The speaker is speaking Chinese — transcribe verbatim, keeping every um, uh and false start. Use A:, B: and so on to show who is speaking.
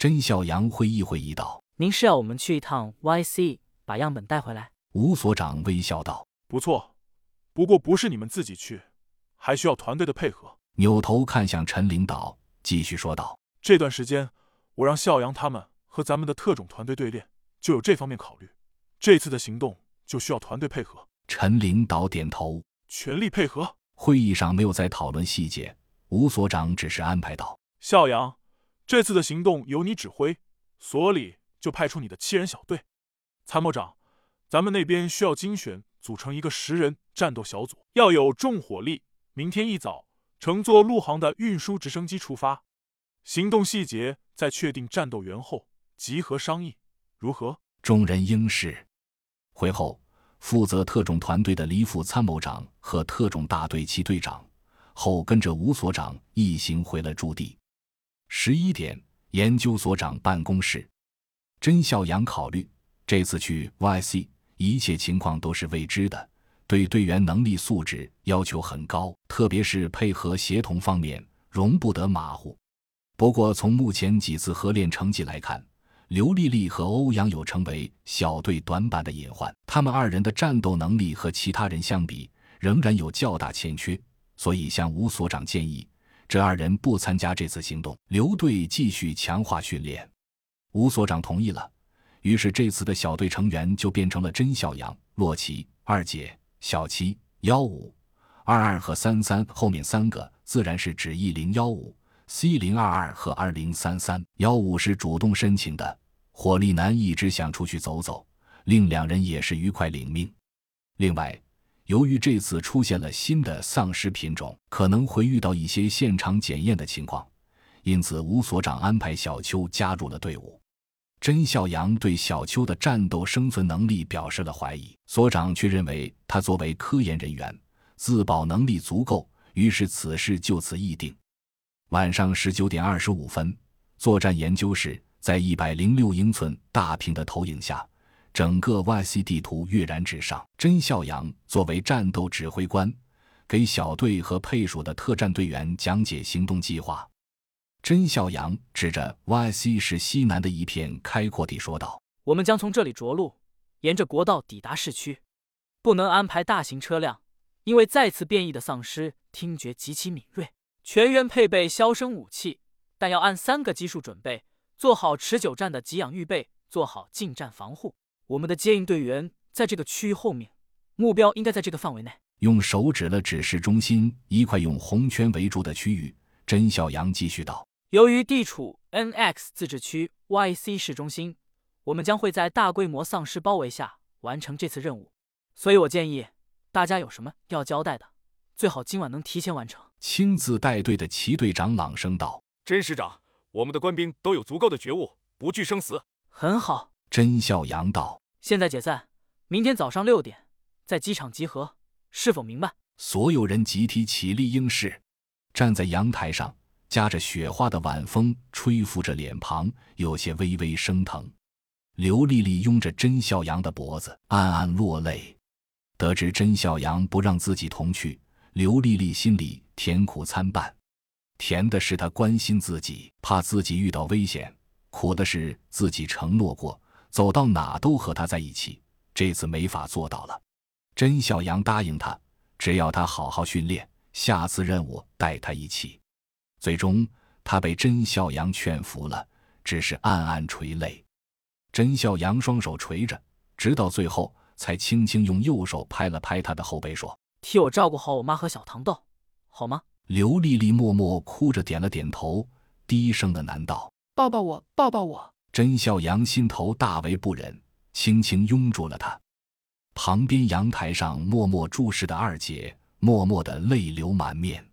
A: 甄孝阳会意会意道：“
B: 您是要我们去一趟 Y C， 把样本带回来？”
A: 吴所长微笑道：“
C: 不错，不过不是你们自己去，还需要团队的配合。”
A: 扭头看向陈领导，继续说道：“
C: 这段时间，我让孝阳他们和咱们的特种团队对练，就有这方面考虑。这次的行动就需要团队配合。”
A: 陈领导点头：“
C: 全力配合。”
A: 会议上没有再讨论细节，吴所长只是安排道：“
C: 孝阳，这次的行动由你指挥，所里就派出你的七人小队。参谋长，咱们那边需要精选组成一个十人战斗小组，要有重火力。明天一早乘坐陆航的运输直升机出发，行动细节在确定战斗员后集合商议，如何？”
A: 众人应是。会后，负责特种团队的黎副参谋长和特种大队其队长后跟着吴所长一行回了驻地。十一点，研究所长办公室，甄孝阳考虑这次去 Y C 一切情况都是未知的，对队员能力素质要求很高，特别是配合协同方面容不得马虎。不过从目前几次合练成绩来看，刘丽丽和欧阳有成为小队短板的隐患，他们二人的战斗能力和其他人相比仍然有较大欠缺，所以向吴所长建议这二人不参加这次行动，留队继续强化训练。吴所长同意了，于是这次的小队成员就变成了甄孝阳、洛奇、二姐、小七、幺五、二二和三三，后面三个自然是指一零一五、C 零二二和二零三三。幺五是主动申请的，火力男一直想出去走走，另两人也是愉快领命。另外，由于这次出现了新的丧尸品种，可能会遇到一些现场检验的情况，因此吴所长安排小邱加入了队伍。甄孝阳对小邱的战斗生存能力表示了怀疑，所长却认为他作为科研人员，自保能力足够，于是此事就此议定。晚上十九点二十五分，作战研究室在一百零六英寸大屏的投影下，整个 Y C 地图跃然纸上。甄孝阳作为战斗指挥官，给小队和配属的特战队员讲解行动计划。甄孝阳指着 Y C 市西南的一片开阔地说道：“
B: 我们将从这里着陆，沿着国道抵达市区。不能安排大型车辆，因为再次变异的丧尸听觉极其敏锐。全员配备消声武器，但要按三个基数准备，做好持久战的给养预备，做好近战防护。我们的接应队员在这个区域后面，目标应该在这个范围内。”
A: 用手指了指示中心一块用红圈围住的区域。甄孝阳继续道：“
B: 由于地处 N X 自治区 Y C 市中心，我们将会在大规模丧尸包围下完成这次任务，所以我建议大家有什么要交代的，最好今晚能提前完成。”
A: 亲自带队的齐队长朗声道：“
D: 甄师长，我们的官兵都有足够的觉悟，不惧生死。”
B: 很好。
A: 甄孝阳道：“
B: 现在解散，明天早上六点在机场集合，是否明白？”
A: 所有人集体起立应是。站在阳台上，夹着雪花的晚风吹拂着脸庞，有些微微生疼。刘丽丽拥着甄孝阳的脖子，暗暗落泪。得知甄孝阳不让自己同去，刘丽丽心里甜苦参半。甜的是她关心自己，怕自己遇到危险；苦的是自己承诺过，走到哪都和他在一起，这次没法做到了。甄孝阳答应他，只要他好好训练，下次任务带他一起。最终他被甄孝阳劝服了，只是暗暗垂泪。甄孝阳双手垂着，直到最后才轻轻用右手拍了拍他的后背，说：“
B: 替我照顾好我妈和小糖豆，好吗？”
A: 刘丽丽默默哭着点了点头，低声的喃道：“
E: 抱抱我，抱抱我。”
A: 甄孝阳心头大为不忍，轻轻拥住了她。旁边阳台上默默注视的二姐默默的泪流满面。